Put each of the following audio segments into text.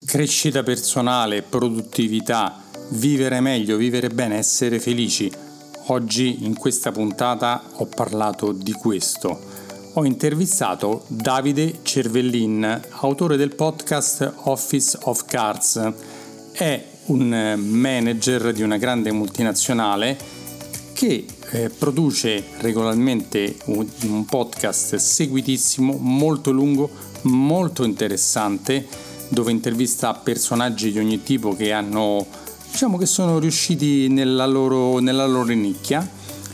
Crescita personale, produttività, vivere meglio, vivere bene, essere felici. Oggi in questa puntata ho parlato di questo. Ho intervistato Davide Cervellin, autore del podcast Office of Cards. È un manager di una grande multinazionale che produce regolarmente un podcast seguitissimo, molto lungo, molto interessante, dove intervista personaggi di ogni tipo che hanno, che sono riusciti nella loro nicchia,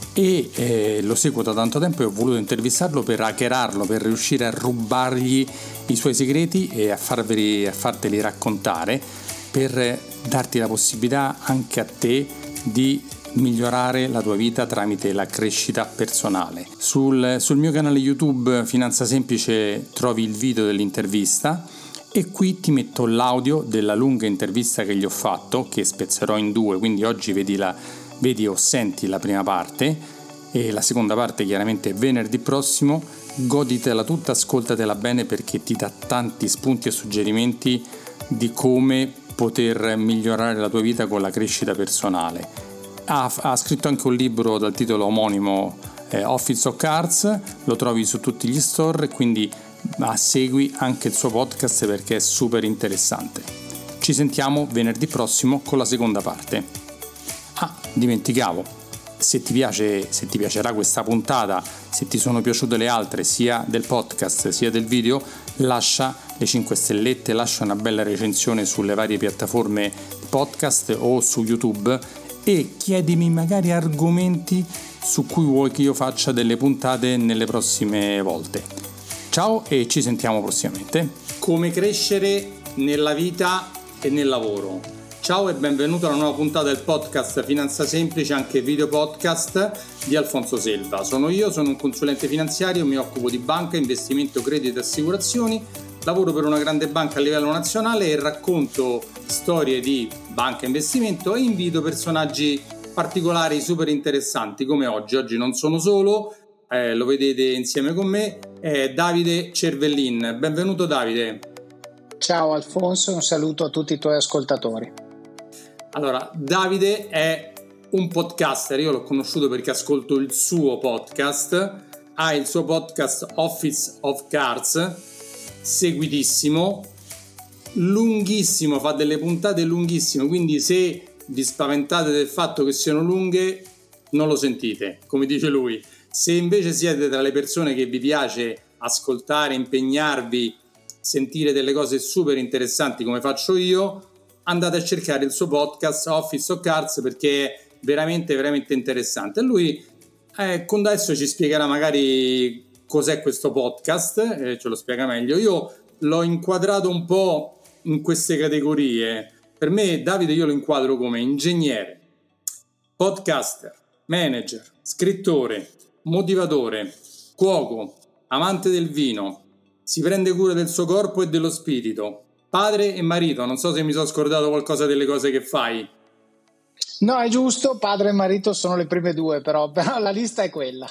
e lo seguo da tanto tempo e ho voluto intervistarlo per hackerarlo, per riuscire a rubargli i suoi segreti e a farteli raccontare, per darti la possibilità anche a te di migliorare la tua vita tramite la crescita personale. Sul mio canale YouTube Finanza Semplice trovi il video dell'intervista e qui ti metto l'audio della lunga intervista che gli ho fatto, che spezzerò in due, quindi oggi vedi o senti la prima parte e la seconda parte chiaramente venerdì prossimo. Goditela tutta, ascoltatela bene perché ti dà tanti spunti e suggerimenti di come poter migliorare la tua vita con la crescita personale. Ha scritto anche un libro dal titolo omonimo, Office of Cards, lo trovi su tutti gli store, quindi segui anche il suo podcast perché è super interessante. Ci sentiamo venerdì prossimo con la seconda parte. Dimenticavo, se ti piacerà questa puntata, se ti sono piaciute le altre sia del podcast sia del video, lascia le 5 stellette, lascia una bella recensione sulle varie piattaforme podcast o su YouTube e chiedimi magari argomenti su cui vuoi che io faccia delle puntate nelle prossime volte. Ciao e ci sentiamo prossimamente. Come crescere nella vita e nel lavoro. Ciao e benvenuto alla nuova puntata del podcast Finanza Semplice, anche video podcast di Alfonso Selva. Sono un consulente finanziario, mi occupo di banca, investimento, credito e assicurazioni. Lavoro per una grande banca a livello nazionale e racconto storie di banca e investimento e invito personaggi particolari super interessanti come oggi. Oggi non sono solo, lo vedete insieme con me, Davide Cervellin. Benvenuto Davide. Ciao Alfonso, un saluto a tutti i tuoi ascoltatori. Allora, Davide è un podcaster, io l'ho conosciuto perché ascolto il suo podcast, ha il suo podcast Office of Cards, seguitissimo, lunghissimo, fa delle puntate lunghissime, quindi se vi spaventate del fatto che siano lunghe, non lo sentite, come dice lui. Se invece siete tra le persone che vi piace ascoltare, impegnarvi, sentire delle cose super interessanti come faccio io, andate a cercare il suo podcast Office of Cards perché è veramente veramente interessante. E lui adesso ci spiegherà magari cos'è questo podcast, ce lo spiega meglio. Io l'ho inquadrato un po' in queste categorie. Per me Davide io lo inquadro come ingegnere, podcaster, manager, scrittore, motivatore, cuoco, amante del vino, si prende cura del suo corpo e dello spirito, padre e marito. Non so se mi sono scordato qualcosa delle cose che fai. No, è giusto, padre e marito sono le prime due, però la lista è quella.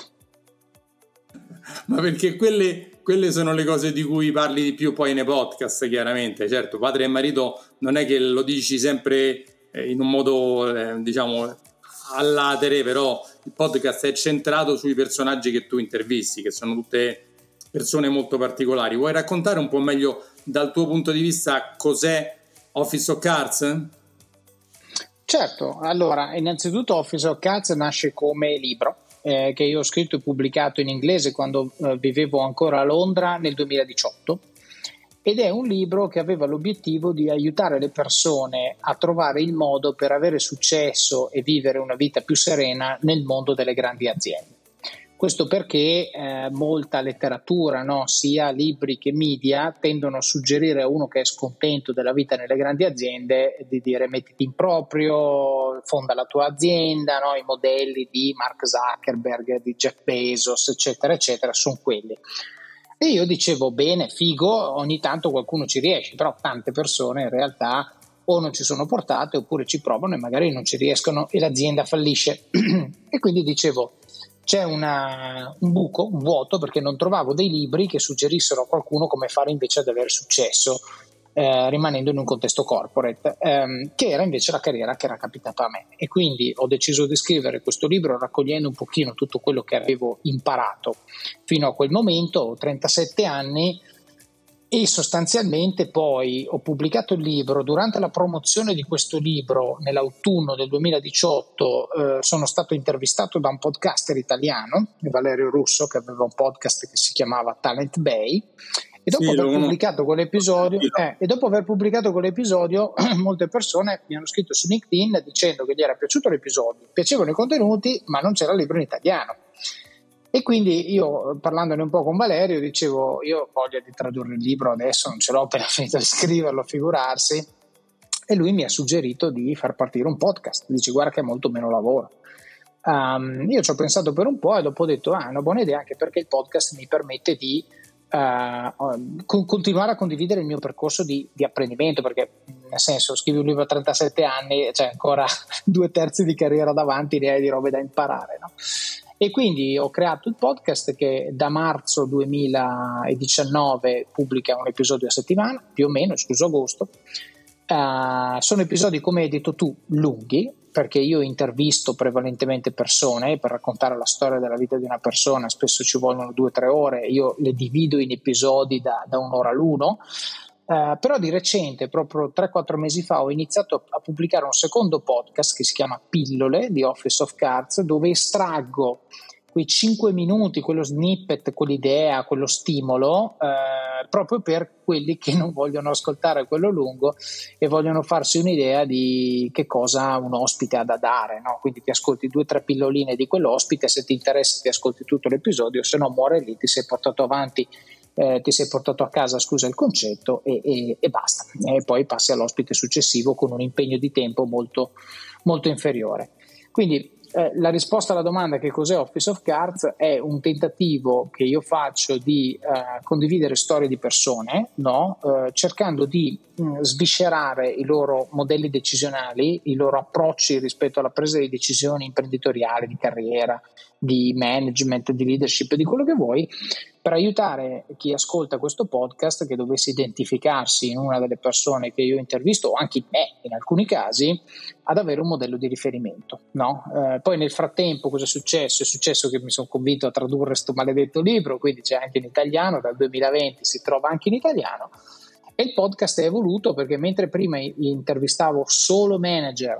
Ma perché quelle sono le cose di cui parli di più poi nei podcast, chiaramente. Certo, padre e marito non è che lo dici sempre in un modo, all'atere, però il podcast è centrato sui personaggi che tu intervisti, che sono tutte persone molto particolari. Vuoi raccontare un po' meglio dal tuo punto di vista cos'è Office of Cards? Certo, allora innanzitutto Office of Cards nasce come libro che io ho scritto e pubblicato in inglese quando vivevo ancora a Londra nel 2018. Ed è un libro che aveva l'obiettivo di aiutare le persone a trovare il modo per avere successo e vivere una vita più serena nel mondo delle grandi aziende. Questo perché molta letteratura, sia libri che media, tendono a suggerire a uno che è scontento della vita nelle grandi aziende di dire mettiti in proprio, fonda la tua azienda, i modelli di Mark Zuckerberg, di Jeff Bezos, eccetera, eccetera, sono quelli. E io dicevo, bene, figo, ogni tanto qualcuno ci riesce, però tante persone in realtà o non ci sono portate oppure ci provano e magari non ci riescono e l'azienda fallisce. E quindi dicevo, c'è un buco, un vuoto, perché non trovavo dei libri che suggerissero a qualcuno come fare invece ad avere successo rimanendo in un contesto corporate, che era invece la carriera che era capitata a me. E quindi ho deciso di scrivere questo libro raccogliendo un pochino tutto quello che avevo imparato fino a quel momento. Ho 37 anni e sostanzialmente poi ho pubblicato il libro. Durante la promozione di questo libro nell'autunno del 2018 sono stato intervistato da un podcaster italiano, Valerio Russo, che aveva un podcast che si chiamava Talent Bay. E dopo aver pubblicato quell'episodio, molte persone mi hanno scritto su LinkedIn dicendo che gli era piaciuto l'episodio, piacevano i contenuti, ma non c'era il libro in italiano. E quindi io, parlandone un po' con Valerio, dicevo: io voglio di tradurre il libro adesso, non ce l'ho appena finito di scriverlo, figurarsi. E lui mi ha suggerito di far partire un podcast. Dice: guarda che è molto meno lavoro. Io ci ho pensato per un po' e dopo ho detto: è una buona idea, anche perché il podcast mi permette di continuare a condividere il mio percorso di apprendimento, perché nel senso, scrivi un libro a 37 anni, c'è ancora 2/3 di carriera davanti, ne hai di robe da imparare, no? E quindi ho creato il podcast che da marzo 2019 pubblica un episodio a settimana, più o meno, escluso agosto. Sono episodi, come hai detto tu, lunghi, perché io intervisto prevalentemente persone. Per raccontare la storia della vita di una persona spesso ci vogliono 2-3 ore, io le divido in episodi da un'ora l'uno. Però di recente, proprio 3-4 mesi fa, ho iniziato a pubblicare un secondo podcast che si chiama Pillole di Office of Cards, dove estraggo quei 5 minuti, quello snippet, quell'idea, quello stimolo, proprio per quelli che non vogliono ascoltare quello lungo e vogliono farsi un'idea di che cosa un ospite ha da dare, no? Quindi ti ascolti 2-3 pilloline di quell'ospite, se ti interessa ti ascolti tutto l'episodio, se no muore lì, ti sei portato avanti, ti sei portato a casa, scusa il concetto, e basta. E poi passi all'ospite successivo con un impegno di tempo molto, molto inferiore. Quindi la risposta alla domanda che cos'è Office of Cards è un tentativo che io faccio di condividere storie di persone, no? Cercando di sviscerare i loro modelli decisionali, i loro approcci rispetto alla presa di decisioni imprenditoriali, di carriera, di management, di leadership, di quello che vuoi, per aiutare chi ascolta questo podcast, che dovesse identificarsi in una delle persone che io intervisto, o anche in me in alcuni casi, ad avere un modello di riferimento, no? Poi nel frattempo cosa è successo? È successo che mi sono convinto a tradurre questo maledetto libro, quindi c'è anche in italiano, dal 2020 si trova anche in italiano, e il podcast è evoluto perché mentre prima intervistavo solo manager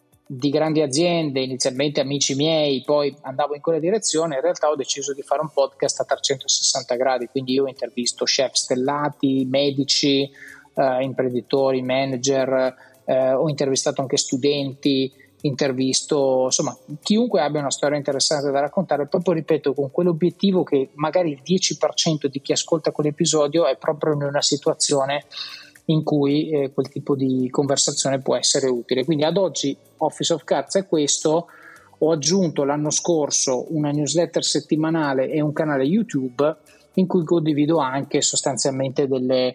di grandi aziende, inizialmente amici miei, poi andavo in quella direzione, in realtà ho deciso di fare un podcast a 360 gradi, quindi io intervisto chef stellati, medici, imprenditori, manager, ho intervistato anche studenti, intervisto insomma chiunque abbia una storia interessante da raccontare, proprio ripeto con quell'obiettivo che magari il 10% di chi ascolta quell'episodio è proprio in una situazione in cui quel tipo di conversazione può essere utile. Quindi ad oggi Office of Cards è questo. Ho aggiunto l'anno scorso una newsletter settimanale e un canale YouTube in cui condivido anche sostanzialmente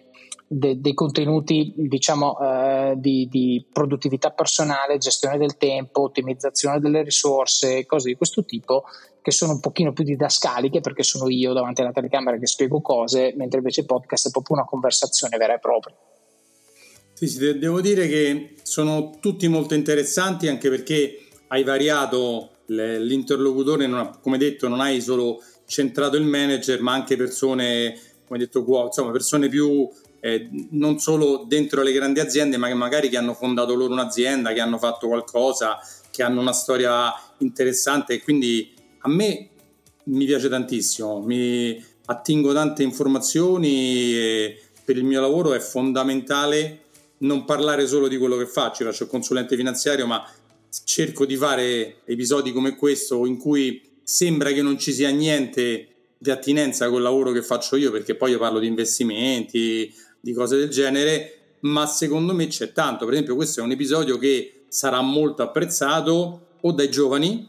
dei contenuti, diciamo, di produttività personale, gestione del tempo, ottimizzazione delle risorse, cose di questo tipo, che sono un pochino più didascaliche perché sono io davanti alla telecamera che spiego cose, mentre invece il podcast è proprio una conversazione vera e propria. Sì, devo dire che sono tutti molto interessanti, anche perché hai variato l'interlocutore, come detto, non hai solo centrato il manager, ma anche persone, come detto, insomma, persone più non solo dentro le grandi aziende, ma che magari che hanno fondato loro un'azienda, che hanno fatto qualcosa, che hanno una storia interessante, e quindi a me mi piace tantissimo, mi attingo tante informazioni e per il mio lavoro è fondamentale non parlare solo di quello che faccio. Io faccio il consulente finanziario, ma cerco di fare episodi come questo in cui sembra che non ci sia niente di attinenza col lavoro che faccio io, perché poi io parlo di investimenti, di cose del genere, ma secondo me c'è tanto. Per esempio questo è un episodio che sarà molto apprezzato o dai giovani,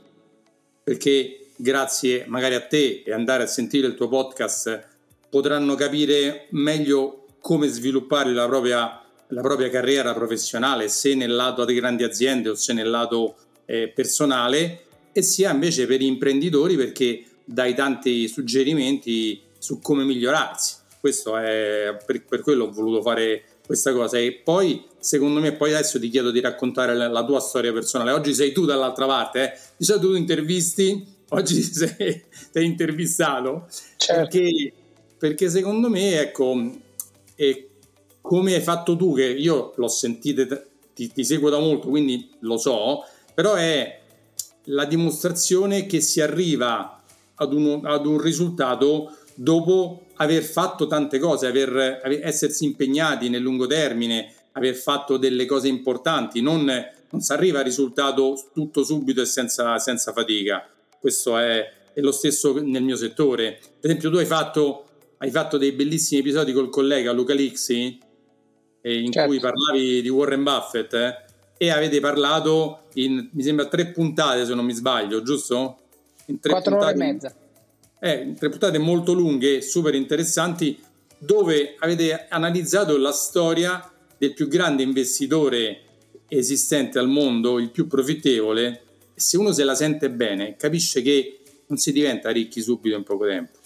perché grazie magari a te e andare a sentire il tuo podcast potranno capire meglio come sviluppare la propria carriera professionale, se nel lato di grandi aziende o se nel lato personale, e sia invece per gli imprenditori, perché dai tanti suggerimenti su come migliorarsi. Questo è per quello ho voluto fare questa cosa. E poi, secondo me, poi adesso ti chiedo di raccontare la tua storia personale. Oggi sei tu dall'altra parte, eh? Di solito tu intervisti, oggi sei intervistato. Certo. Perché secondo me, ecco, come hai fatto tu, che io l'ho sentito, ti seguo da molto, quindi lo so, però è la dimostrazione che si arriva ad un risultato dopo aver fatto tante cose, essersi impegnati nel lungo termine, aver fatto delle cose importanti, non si arriva al risultato tutto subito e senza fatica. Questo è lo stesso nel mio settore. Per esempio, tu hai fatto dei bellissimi episodi col collega Luca Lixi, in cui Certo. parlavi di Warren Buffett, e avete parlato mi sembra 3 puntate, se non mi sbaglio, giusto? In 3 4 ore e puntate, mezza. in 3 puntate molto lunghe, super interessanti, dove avete analizzato la storia del più grande investitore esistente al mondo, il più profittevole, e se uno se la sente bene capisce che non si diventa ricchi subito in poco tempo.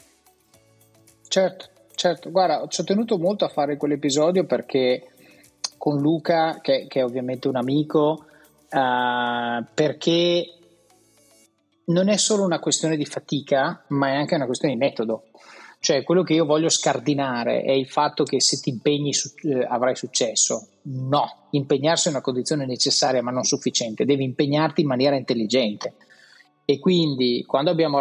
Certo, guarda, ci ho tenuto molto a fare quell'episodio perché con Luca, che è ovviamente un amico, perché non è solo una questione di fatica, ma è anche una questione di metodo. Cioè, quello che io voglio scardinare è il fatto che se ti impegni avrai successo. No, impegnarsi è una condizione necessaria ma non sufficiente, devi impegnarti in maniera intelligente. E quindi quando abbiamo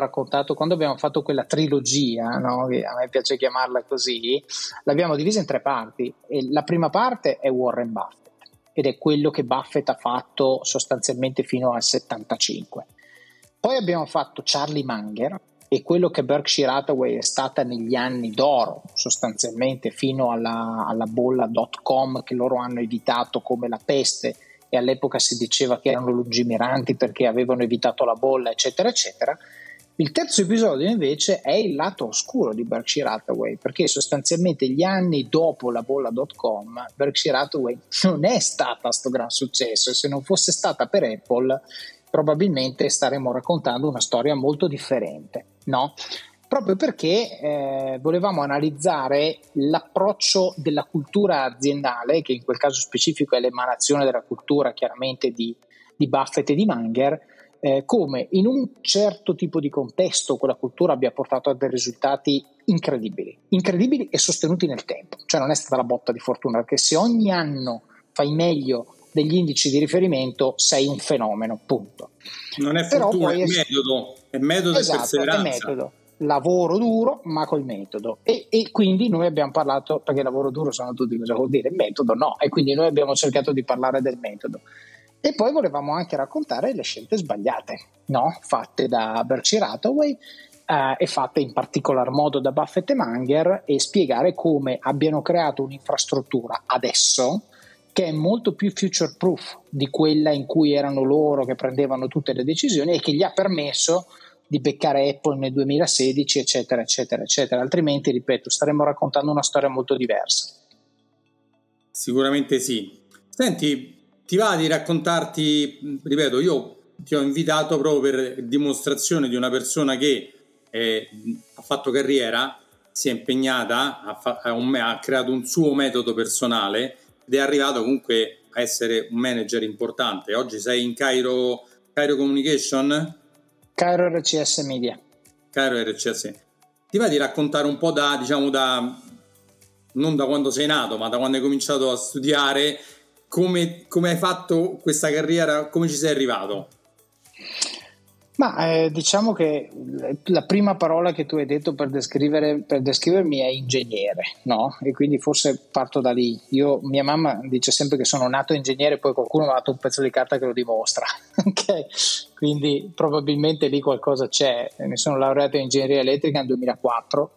fatto quella trilogia, no, che a me piace chiamarla così, l'abbiamo divisa in 3 parti. E la prima parte è Warren Buffett, ed è quello che Buffett ha fatto sostanzialmente fino al 75. Poi abbiamo fatto Charlie Munger, e quello che Berkshire Hathaway è stata negli anni d'oro, sostanzialmente fino alla bolla .com, che loro hanno evitato come la peste, e all'epoca si diceva che erano lungimiranti perché avevano evitato la bolla, eccetera eccetera. Il terzo episodio invece è il lato oscuro di Berkshire Hathaway, perché sostanzialmente gli anni dopo la bolla .com Berkshire Hathaway non è stata sto gran successo, e se non fosse stata per Apple probabilmente staremmo raccontando una storia molto differente, no? Proprio perché volevamo analizzare l'approccio della cultura aziendale, che in quel caso specifico è l'emanazione della cultura chiaramente di Buffett e di Munger, come in un certo tipo di contesto quella cultura abbia portato a dei risultati incredibili e sostenuti nel tempo. Cioè non è stata la botta di fortuna, perché se ogni anno fai meglio degli indici di riferimento sei un fenomeno, punto. Non è fortuna, è metodo, esatto, e perseveranza. È metodo, lavoro duro ma col metodo, e quindi noi abbiamo parlato, perché lavoro duro sanno tutti cosa vuol dire, metodo no, e quindi noi abbiamo cercato di parlare del metodo. E poi volevamo anche raccontare le scelte sbagliate, no? Fatte da Berkshire Hathaway, e fatte in particolar modo da Buffett e Munger, e spiegare come abbiano creato un'infrastruttura adesso che è molto più future proof di quella in cui erano loro che prendevano tutte le decisioni, e che gli ha permesso di beccare Apple nel 2016, eccetera eccetera eccetera. Altrimenti, ripeto, staremmo raccontando una storia molto diversa. Sicuramente sì. Senti, ti va di raccontarti, ripeto, io ti ho invitato proprio per dimostrazione di una persona che ha fatto carriera, si è impegnata, ha creato un suo metodo personale ed è arrivato comunque a essere un manager importante. Oggi sei in Cairo Communication? Cairo RCS Media. Cairo RCS. Ti va di raccontare un po' non da quando sei nato, ma da quando hai cominciato a studiare, come hai fatto questa carriera, come ci sei arrivato? Ma diciamo che la prima parola che tu hai detto per descrivermi è ingegnere, no? E quindi forse parto da lì. Mia mamma dice sempre che sono nato ingegnere, poi qualcuno mi ha dato un pezzo di carta che lo dimostra. Ok? Quindi probabilmente lì qualcosa c'è. Mi sono laureato in ingegneria elettrica nel 2004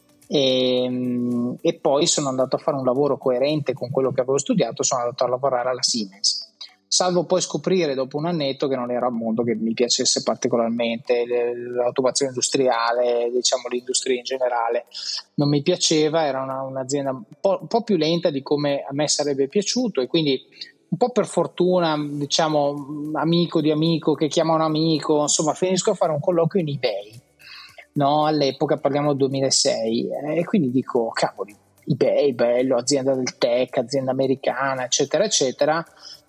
e poi sono andato a fare un lavoro coerente con quello che avevo studiato, sono andato a lavorare alla Siemens. Salvo poi scoprire dopo un annetto che non era un mondo che mi piacesse particolarmente, l'automazione industriale, diciamo l'industria in generale, non mi piaceva, era un'azienda un po' più lenta di come a me sarebbe piaciuto, e quindi un po' per fortuna, diciamo, amico di amico che chiama un amico, insomma, finisco a fare un colloquio in eBay, no? All'epoca parliamo del 2006, e quindi dico, cavoli, eBay, bello, azienda del tech, azienda americana, eccetera, eccetera.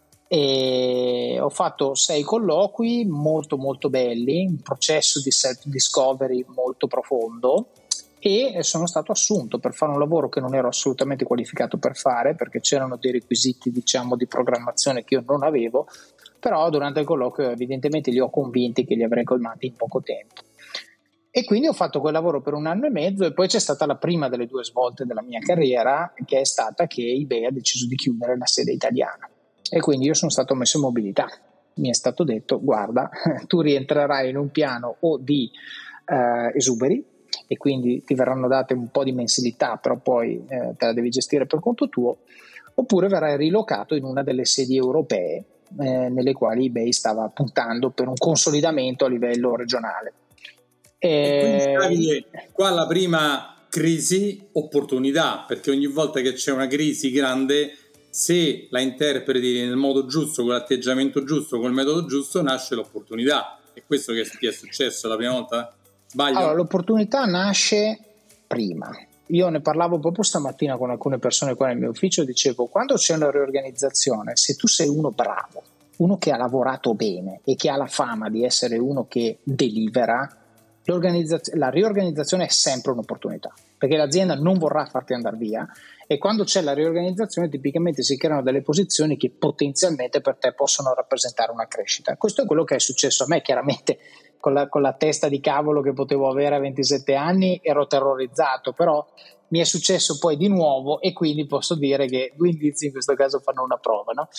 E ho fatto 6 colloqui molto molto belli, un processo di self-discovery molto profondo, e sono stato assunto per fare un lavoro che non ero assolutamente qualificato per fare, perché c'erano dei requisiti, diciamo, di programmazione che io non avevo, però durante il colloquio evidentemente li ho convinti che li avrei colmati in poco tempo. E quindi ho fatto quel lavoro per 1 anno e mezzo, e poi c'è stata la prima delle 2 svolte della mia carriera, che è stata che eBay ha deciso di chiudere la sede italiana, e quindi io sono stato messo in mobilità. Mi è stato detto: guarda, tu rientrerai in un piano o di esuberi, e quindi ti verranno date un po' di mensilità, però poi te la devi gestire per conto tuo, oppure verrai rilocato in una delle sedi europee nelle quali eBay stava puntando per un consolidamento a livello regionale. E quindi Davide, qua la prima crisi, opportunità, perché ogni volta che c'è una crisi grande, se la interpreti nel modo giusto, con l'atteggiamento giusto, col metodo giusto, nasce l'opportunità. È questo che ti è successo la prima volta? Sbaglio? Allora, l'opportunità nasce prima. Io ne parlavo proprio stamattina con alcune persone qua nel mio ufficio, dicevo: quando c'è una riorganizzazione, se tu sei uno bravo, uno che ha lavorato bene e che ha la fama di essere uno che delivera, la riorganizzazione è sempre un'opportunità, perché l'azienda non vorrà farti andare via, e quando c'è la riorganizzazione tipicamente si creano delle posizioni che potenzialmente per te possono rappresentare una crescita. Questo è quello che è successo a me. Chiaramente con la testa di cavolo che potevo avere a 27 anni ero terrorizzato, però mi è successo poi di nuovo, e quindi posso dire che 2 indizi in questo caso fanno una prova, no?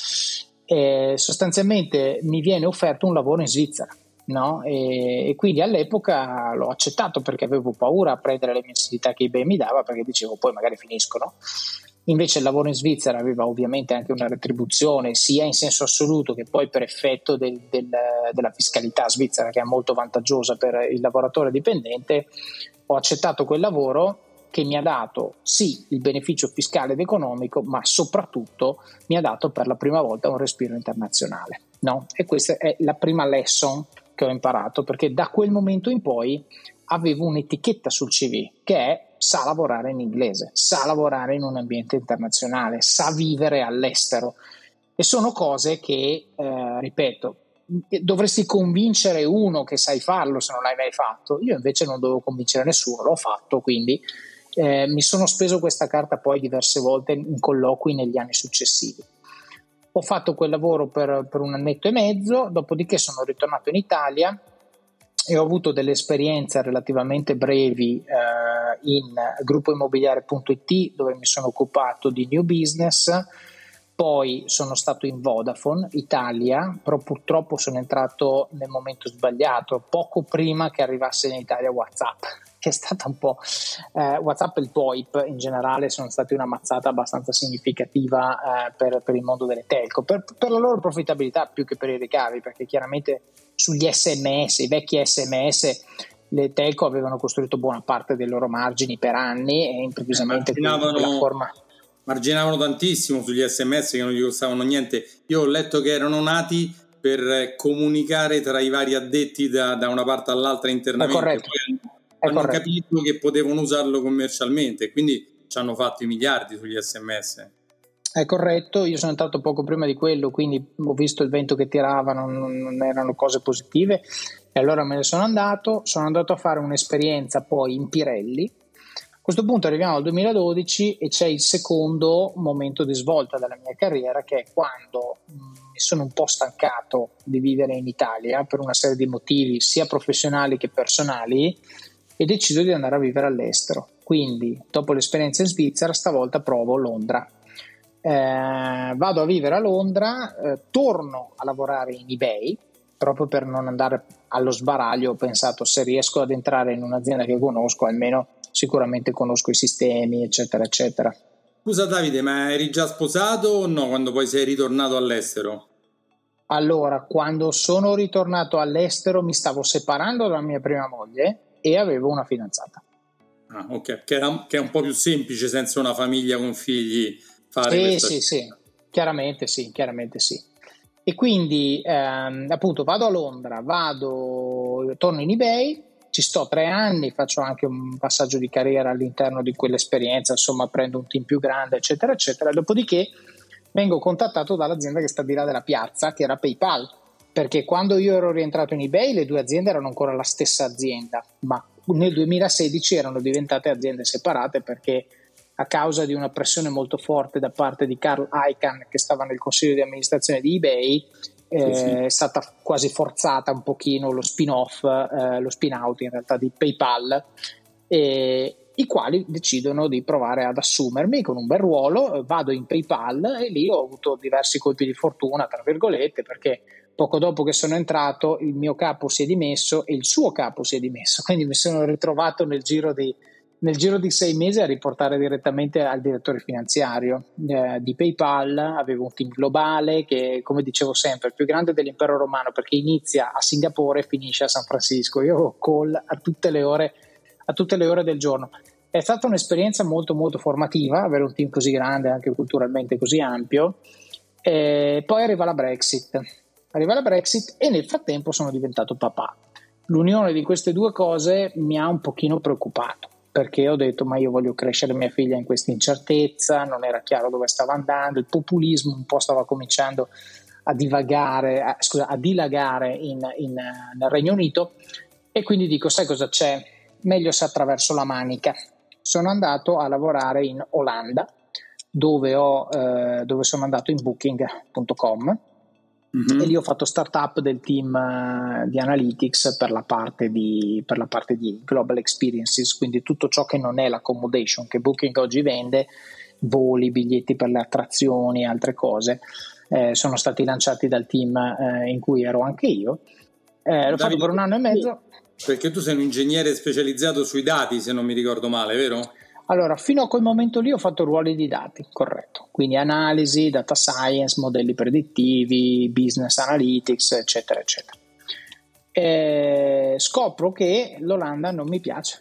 Sostanzialmente mi viene offerto un lavoro in Svizzera, no? E quindi all'epoca l'ho accettato, perché avevo paura a prendere le mensilità che eBay mi dava, perché dicevo poi magari finiscono. Invece il lavoro in Svizzera aveva ovviamente anche una retribuzione, sia in senso assoluto che poi per effetto della fiscalità svizzera, che è molto vantaggiosa per il lavoratore dipendente. Ho accettato quel lavoro, che mi ha dato sì il beneficio fiscale ed economico, ma soprattutto mi ha dato per la prima volta un respiro internazionale, no? E questa è la prima lesson che ho imparato, perché da quel momento in poi avevo un'etichetta sul CV che è: sa lavorare in inglese, sa lavorare in un ambiente internazionale, sa vivere all'estero. E sono cose che, ripeto, dovresti convincere uno che sai farlo se non l'hai mai fatto. Io invece non dovevo convincere nessuno, l'ho fatto, quindi mi sono speso questa carta poi diverse volte in colloqui negli anni successivi. Ho fatto quel lavoro per 1 annetto e mezzo, dopodiché sono ritornato in Italia e ho avuto delle esperienze relativamente brevi in Gruppo Immobiliare.it, dove mi sono occupato di new business. Poi sono stato in Vodafone Italia, però purtroppo sono entrato nel momento sbagliato, poco prima che arrivasse in Italia WhatsApp, che è stata un po' WhatsApp e il VoIP in generale sono stati una mazzata abbastanza significativa per il mondo delle telco, per la loro profittabilità più che per i ricavi, perché chiaramente sugli SMS, i vecchi SMS, le telco avevano costruito buona parte dei loro margini per anni, e improvvisamente quella forma marginavano tantissimo sugli SMS che non gli costavano niente. Io ho letto che erano nati per comunicare tra i vari addetti da una parte all'altra internamente. È corretto. Poi hanno capito che potevano usarlo commercialmente, quindi ci hanno fatto i miliardi sugli SMS. È corretto, io sono entrato poco prima di quello, quindi ho visto il vento che tirava, non erano cose positive, e allora me ne sono andato a fare un'esperienza poi in Pirelli. A questo punto arriviamo al 2012 e c'è il secondo momento di svolta della mia carriera, che è quando mi sono un po' stancato di vivere in Italia per una serie di motivi sia professionali che personali, e deciso di andare a vivere all'estero. Quindi dopo l'esperienza in Svizzera, stavolta provo Londra. Vado a vivere a Londra, torno a lavorare in eBay proprio per non andare allo sbaraglio. Ho pensato: se riesco ad entrare in un'azienda che conosco, almeno sicuramente conosco i sistemi, eccetera eccetera. Scusa Davide, ma eri già sposato o no quando poi sei ritornato all'estero? Allora, quando sono ritornato all'estero mi stavo separando dalla mia prima moglie e avevo una fidanzata. Ah, ok, che è un po' più semplice senza una famiglia con figli fare questa. Sì, chiaramente sì. E quindi appunto vado a Londra, torno in eBay, ci sto 3 anni, faccio anche un passaggio di carriera all'interno di quell'esperienza, insomma prendo un team più grande, eccetera, eccetera. Dopodiché vengo contattato dall'azienda che sta di là della piazza, che era PayPal, perché quando io ero rientrato in eBay le due aziende erano ancora la stessa azienda, ma nel 2016 erano diventate aziende separate perché a causa di una pressione molto forte da parte di Carl Icahn, che stava nel consiglio di amministrazione di eBay, è stata quasi forzata un pochino lo spin-off, lo spin-out in realtà di PayPal, i quali decidono di provare ad assumermi con un bel ruolo. Vado in PayPal e lì ho avuto diversi colpi di fortuna, tra virgolette, perché poco dopo che sono entrato il mio capo si è dimesso e il suo capo si è dimesso, quindi mi sono ritrovato nel giro di 6 mesi a riportare direttamente al direttore finanziario di PayPal. Avevo un team globale che, come dicevo sempre, è il più grande dell'impero romano, perché inizia a Singapore e finisce a San Francisco. Io ho call a tutte le ore del giorno. È stata un'esperienza molto molto formativa avere un team così grande, anche culturalmente così ampio. Poi arriva la Brexit e nel frattempo sono diventato papà. L'unione di queste due cose mi ha un pochino preoccupato, perché ho detto ma io voglio crescere mia figlia in questa incertezza, non era chiaro dove stava andando, il populismo un po' stava cominciando a dilagare nel Regno Unito, e quindi dico sai cosa c'è? Meglio se attraverso la manica. Sono andato a lavorare in Olanda, dove sono andato in Booking.com. E lì ho fatto startup del team di analytics per la parte di global experiences, quindi tutto ciò che non è l'accommodation che Booking oggi vende, voli, biglietti per le attrazioni, altre cose, sono stati lanciati dal team in cui ero anche io. L'ho fatto per 1 anno e mezzo. Perché tu sei un ingegnere specializzato sui dati, se non mi ricordo male, vero? Allora, fino a quel momento lì ho fatto ruoli di dati, corretto, quindi analisi, data science, modelli predittivi, business analytics, eccetera, eccetera. Scopro che l'Olanda non mi piace.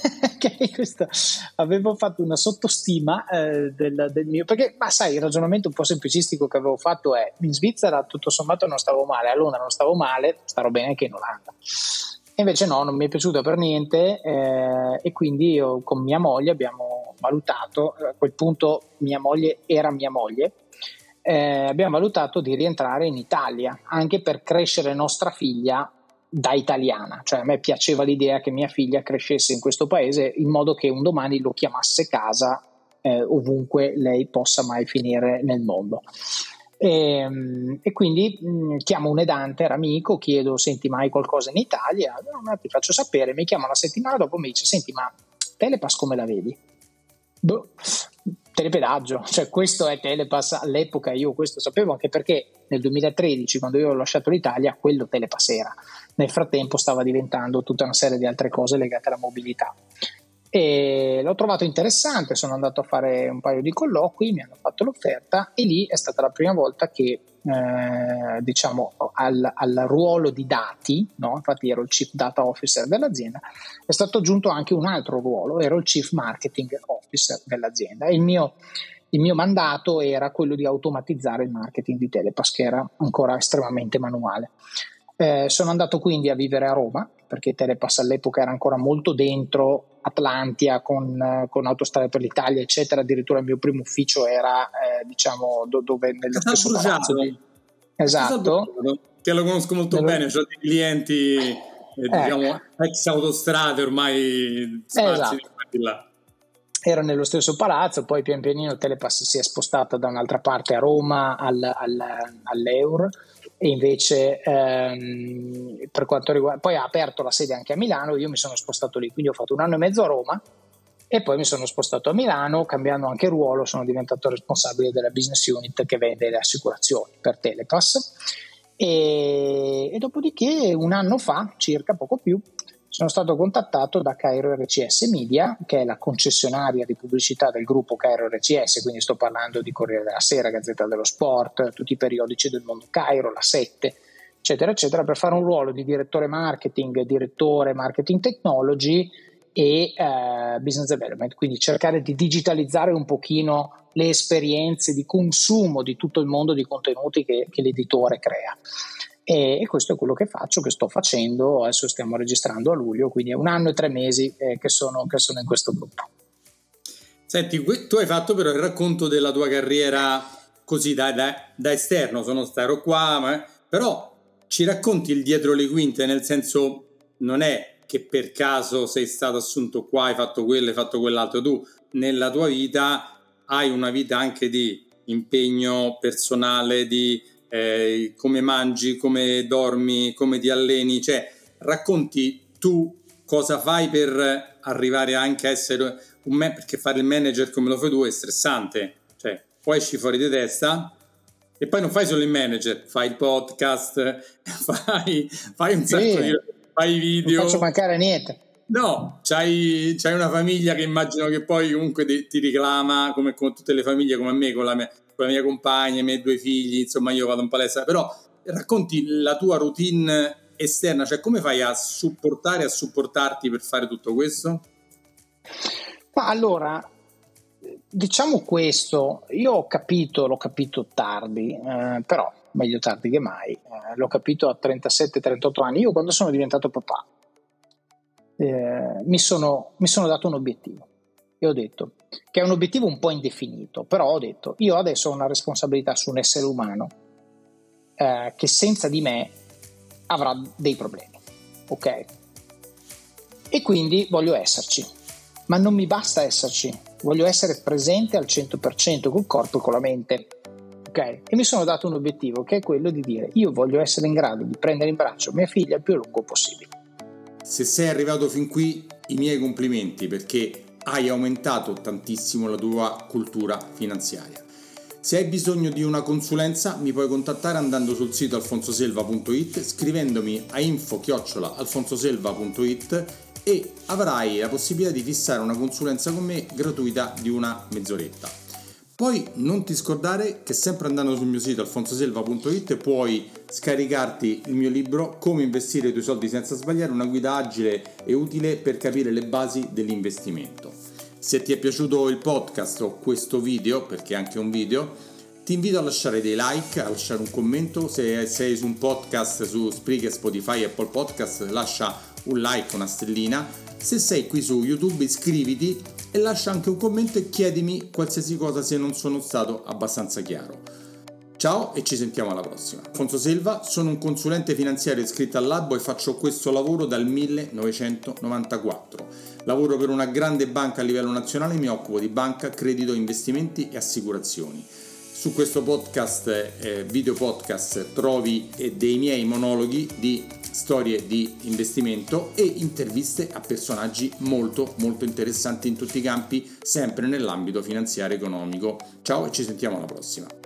Avevo fatto una sottostima del mio, perché, ma sai, il ragionamento un po' semplicistico che avevo fatto è: in Svizzera tutto sommato non stavo male, a Londra non stavo male, starò bene anche in Olanda. E invece no, non mi è piaciuto per niente, e quindi io con mia moglie abbiamo valutato, a quel punto mia moglie era mia moglie, abbiamo valutato di rientrare in Italia, anche per crescere nostra figlia da italiana. Cioè a me piaceva l'idea che mia figlia crescesse in questo paese in modo che un domani lo chiamasse casa, ovunque lei possa mai finire nel mondo. E quindi chiamo un edante amico, chiedo: senti, mai qualcosa in Italia? No, ti faccio sapere. Mi chiama una settimana dopo, mi dice: senti, ma Telepass come la vedi? Telepedaggio, cioè questo è Telepass. All'epoca io questo sapevo, anche perché nel 2013, quando io ho lasciato l'Italia, quello Telepass era. Nel frattempo stava diventando tutta una serie di altre cose legate alla mobilità, e l'ho trovato interessante. Sono andato a fare un paio di colloqui, mi hanno fatto l'offerta, e lì è stata la prima volta che diciamo al ruolo di dati, no? Infatti ero il Chief Data Officer dell'azienda, è stato aggiunto anche un altro ruolo, ero il Chief Marketing Officer dell'azienda, e il mio mandato era quello di automatizzare il marketing di Telepass, che era ancora estremamente manuale. Sono andato quindi a vivere a Roma, perché Telepass all'epoca era ancora molto dentro Atlantia, con Autostrade per l'Italia, eccetera. Addirittura il mio primo ufficio era dove nello stesso palazzo esatto, che lo conosco molto bene, ho dei clienti diciamo ex Autostrade ormai sparsi di là. Era nello stesso palazzo, poi pian pianino Telepass si è spostata da un'altra parte a Roma all'Eur, e invece per quanto riguarda, poi ha aperto la sede anche a Milano. Io mi sono spostato lì, quindi ho fatto 1 anno e mezzo a Roma e poi mi sono spostato a Milano, cambiando anche ruolo. Sono diventato responsabile della business unit che vende le assicurazioni per Telepass, e dopodiché 1 anno fa, circa, poco più, sono stato contattato da Cairo RCS Media, che è la concessionaria di pubblicità del gruppo Cairo RCS, quindi sto parlando di Corriere della Sera, Gazzetta dello Sport, tutti i periodici del mondo Cairo, la 7, eccetera, eccetera, per fare un ruolo di direttore marketing technology e business development, quindi cercare di digitalizzare un pochino le esperienze di consumo di tutto il mondo di contenuti che l'editore crea. E questo è quello che faccio, che sto facendo. Adesso stiamo registrando a luglio, quindi è 1 anno e 3 mesi che sono in questo gruppo. Senti, tu hai fatto però il racconto della tua carriera così da esterno, ero qua, però ci racconti il dietro le quinte, nel senso non è che per caso sei stato assunto qua, hai fatto quello, hai fatto quell'altro, tu nella tua vita hai una vita anche di impegno personale, di come mangi, come dormi, come ti alleni, cioè racconti tu cosa fai per arrivare anche a essere perché fare il manager come lo fai tu è stressante, cioè poi esci fuori di testa e poi non fai solo il manager, fai il podcast, fai un sacco di fai video. Non faccio mancare niente. No, c'hai una famiglia che immagino che poi comunque ti reclama, come con tutte le famiglie, come a me, con la mia compagna, i miei 2 figli, insomma io vado in palestra, però racconti la tua routine esterna, cioè come fai a supportarti per fare tutto questo? Ma allora, diciamo questo, io l'ho capito tardi, però meglio tardi che mai, l'ho capito a 37-38 anni. Io quando sono diventato papà mi sono dato un obiettivo e ho detto che è un obiettivo un po' indefinito, però ho detto io adesso ho una responsabilità su un essere umano che senza di me avrà dei problemi, ok? E quindi voglio esserci, ma non mi basta esserci, voglio essere presente al 100% col corpo e con la mente, ok? E mi sono dato un obiettivo che è quello di dire io voglio essere in grado di prendere in braccio mia figlia il più a lungo possibile. Se sei arrivato fin qui, i miei complimenti, perché hai aumentato tantissimo la tua cultura finanziaria. Se hai bisogno di una consulenza mi puoi contattare andando sul sito alfonsoselva.it, scrivendomi a info@alfonsoselva.it e avrai la possibilità di fissare una consulenza con me gratuita di una mezz'oretta. Poi non ti scordare che sempre andando sul mio sito alfonsoselva.it puoi scaricarti il mio libro Come investire i tuoi soldi senza sbagliare, una guida agile e utile per capire le basi dell'investimento. Se ti è piaciuto il podcast o questo video, perché è anche un video, ti invito a lasciare dei like, a lasciare un commento. Se sei su un podcast su Spreaker, Spotify, Apple Podcast, lascia un like, una stellina. Se sei qui su YouTube iscriviti e lascia anche un commento e chiedimi qualsiasi cosa se non sono stato abbastanza chiaro. Ciao e ci sentiamo alla prossima. Alfonso Selva, sono un consulente finanziario iscritto all'albo e faccio questo lavoro dal 1994. Lavoro per una grande banca a livello nazionale e mi occupo di banca, credito, investimenti e assicurazioni. Su questo podcast, video podcast, trovi dei miei monologhi di storie di investimento e interviste a personaggi molto molto interessanti in tutti i campi, sempre nell'ambito finanziario e economico. Ciao e ci sentiamo alla prossima.